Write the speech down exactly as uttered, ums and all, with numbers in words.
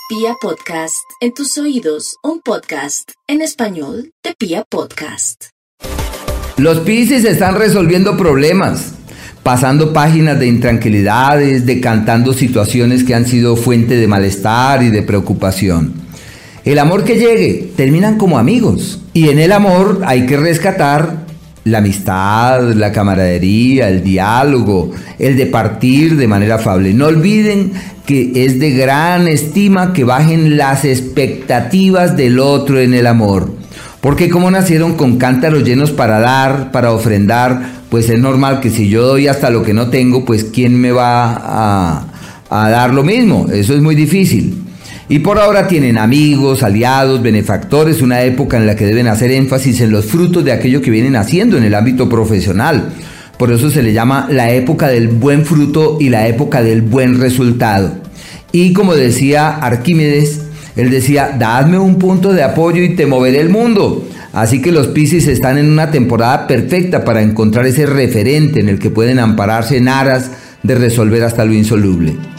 Pia Podcast, en tus oídos, un podcast en español de Pia Podcast. Los Piscis están resolviendo problemas, pasando páginas de intranquilidades, decantando situaciones que han sido fuente de malestar y de preocupación. El amor que llegue, terminan como amigos. Y en el amor hay que rescatar la amistad, la camaradería, el diálogo, el de partir de manera afable. No olviden que es de gran estima que bajen las expectativas del otro en el amor. Porque como nacieron con cántaros llenos para dar, para ofrendar, pues es normal que si yo doy hasta lo que no tengo, pues ¿quién me va a, a dar lo mismo? Eso es muy difícil. Y por ahora tienen amigos, aliados, benefactores, una época en la que deben hacer énfasis en los frutos de aquello que vienen haciendo en el ámbito profesional. Por eso se le llama la época del buen fruto y la época del buen resultado. Y como decía Arquímedes, él decía, dadme un punto de apoyo y te moveré el mundo. Así que los Piscis están en una temporada perfecta para encontrar ese referente en el que pueden ampararse en aras de resolver hasta lo insoluble.